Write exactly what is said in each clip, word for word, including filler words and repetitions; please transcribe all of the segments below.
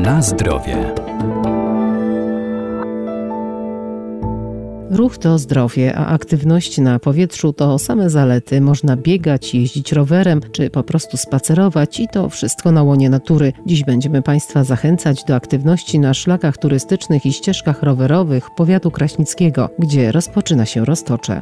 Na zdrowie. Ruch to zdrowie, a aktywność na powietrzu to same zalety. Można biegać, jeździć rowerem, czy po prostu spacerować i to wszystko na łonie natury. Dziś będziemy Państwa zachęcać do aktywności na szlakach turystycznych i ścieżkach rowerowych powiatu kraśnickiego, gdzie rozpoczyna się Roztocze.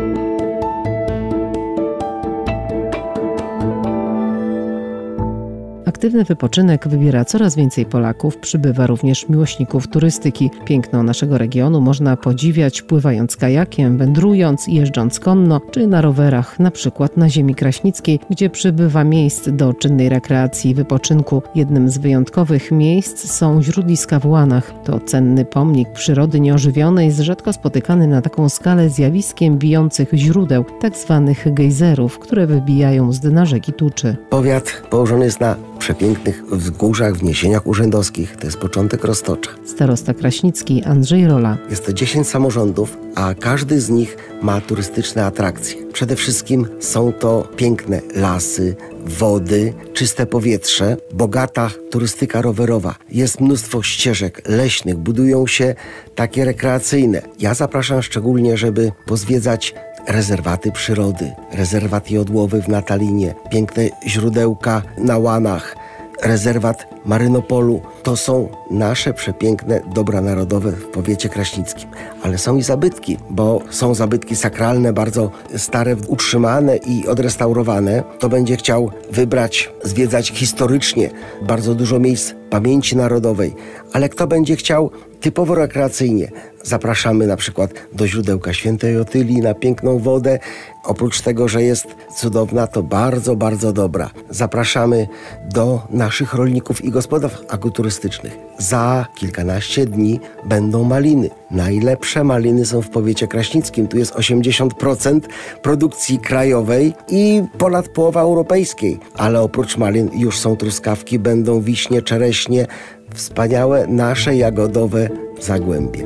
Aktywny wypoczynek wybiera coraz więcej Polaków, przybywa również miłośników turystyki. Piękno naszego regionu można podziwiać pływając kajakiem, wędrując, jeżdżąc konno czy na rowerach, na przykład na ziemi kraśnickiej, gdzie przybywa miejsc do czynnej rekreacji i wypoczynku. Jednym z wyjątkowych miejsc są źródliska w Łanach. To cenny pomnik przyrody nieożywionej z rzadko spotykanym na taką skalę zjawiskiem bijących źródeł, tak zwanych gejzerów, które wybijają z dna rzeki Tuczy. Powiat położony jest na przepięknych wzgórzach, wzniesieniach urzędowskich. To jest początek Roztocza. Starosta kraśnicki Andrzej Rola. Jest to dziesięć samorządów, a każdy z nich ma turystyczne atrakcje. Przede wszystkim są to piękne lasy, wody, czyste powietrze, bogata turystyka rowerowa. Jest mnóstwo ścieżek leśnych, budują się takie rekreacyjne. Ja zapraszam szczególnie, żeby pozwiedzać rezerwaty przyrody, rezerwat jodłowy w Natalinie, piękne źródełka na Łanach, rezerwat Marynopolu. To są nasze przepiękne dobra narodowe w powiecie kraśnickim. Ale są i zabytki, bo są zabytki sakralne, bardzo stare, utrzymane i odrestaurowane. Kto będzie chciał wybrać, zwiedzać historycznie bardzo dużo miejsc pamięci narodowej, ale kto będzie chciał typowo rekreacyjnie, zapraszamy na przykład do źródełka Świętej Otylii na piękną wodę. Oprócz tego, że jest cudowna, to bardzo, bardzo dobra. Zapraszamy do naszych rolników i gospodarstw agroturystycznych. Za kilkanaście dni będą maliny. Najlepsze maliny są w powiecie kraśnickim. Tu jest osiemdziesiąt procent produkcji krajowej i ponad połowa europejskiej. Ale oprócz malin już są truskawki, będą wiśnie, czereśnie, wspaniałe nasze jagodowe Zagłębie.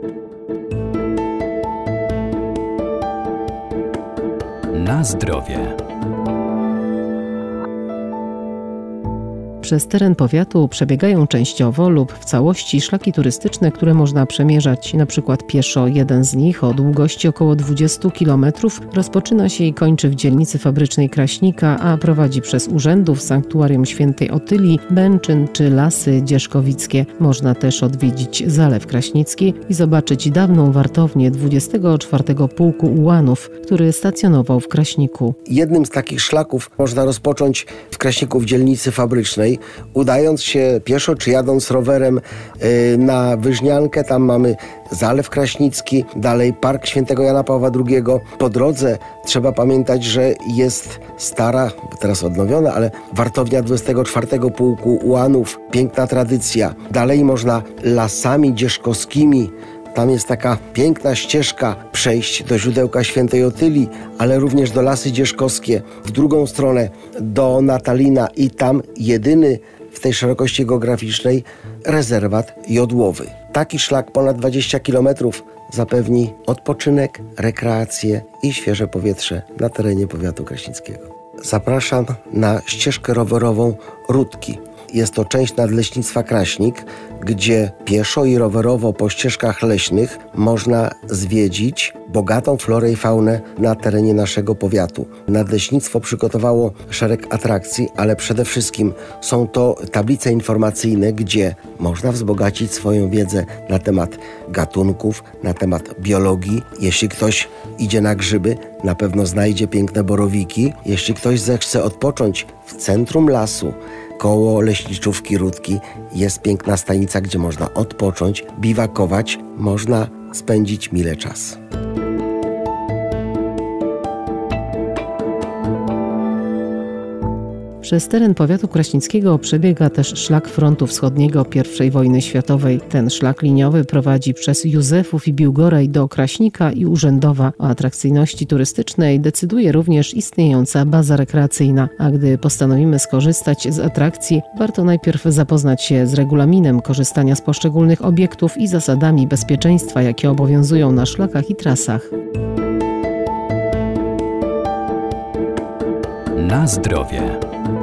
Na zdrowie. Przez teren powiatu przebiegają częściowo lub w całości szlaki turystyczne, które można przemierzać na przykład pieszo. Jeden z nich o długości około dwudziestu kilometrów rozpoczyna się i kończy w dzielnicy fabrycznej Kraśnika, a prowadzi przez urzędów Sanktuarium Świętej Otylii, Bęczyn czy Lasy Dzierzkowickie. Można też odwiedzić Zalew Kraśnicki i zobaczyć dawną wartownię dwudziestego czwartego Pułku Ułanów, który stacjonował w Kraśniku. Jednym z takich szlaków można rozpocząć w Kraśniku w dzielnicy fabrycznej, udając się pieszo czy jadąc rowerem yy, na Wyżniankę. Tam mamy Zalew Kraśnicki, dalej Park Świętego Jana Pawła drugiego. Po drodze trzeba pamiętać, że jest stara, teraz odnowiona, ale wartownia dwudziestego czwartego Pułku Ułanów. Piękna tradycja. Dalej można lasami dzierzkowskimi. Tam jest taka piękna ścieżka przejść do źródełka Świętej Otylii, ale również do Lasy Dzierzkowskie. W drugą stronę do Natalina i tam jedyny w tej szerokości geograficznej rezerwat jodłowy. Taki szlak ponad dwadzieścia kilometrów zapewni odpoczynek, rekreację i świeże powietrze na terenie powiatu kraśnickiego. Zapraszam na ścieżkę rowerową Rudki. Jest to część Nadleśnictwa Kraśnik, gdzie pieszo i rowerowo po ścieżkach leśnych można zwiedzić bogatą florę i faunę na terenie naszego powiatu. Nadleśnictwo przygotowało szereg atrakcji, ale przede wszystkim są to tablice informacyjne, gdzie można wzbogacić swoją wiedzę na temat gatunków, na temat biologii. Jeśli ktoś idzie na grzyby, na pewno znajdzie piękne borowiki. Jeśli ktoś zechce odpocząć w centrum lasu, koło leśniczówki Rudki, jest piękna stanica, gdzie można odpocząć, biwakować, można spędzić mile czas. Przez teren powiatu kraśnickiego przebiega też szlak frontu wschodniego pierwszej wojny światowej. Ten szlak liniowy prowadzi przez Józefów i Biłgoraj do Kraśnika i Urzędowa. O atrakcyjności turystycznej decyduje również istniejąca baza rekreacyjna. A gdy postanowimy skorzystać z atrakcji, warto najpierw zapoznać się z regulaminem korzystania z poszczególnych obiektów i zasadami bezpieczeństwa, jakie obowiązują na szlakach i trasach. Na zdrowie.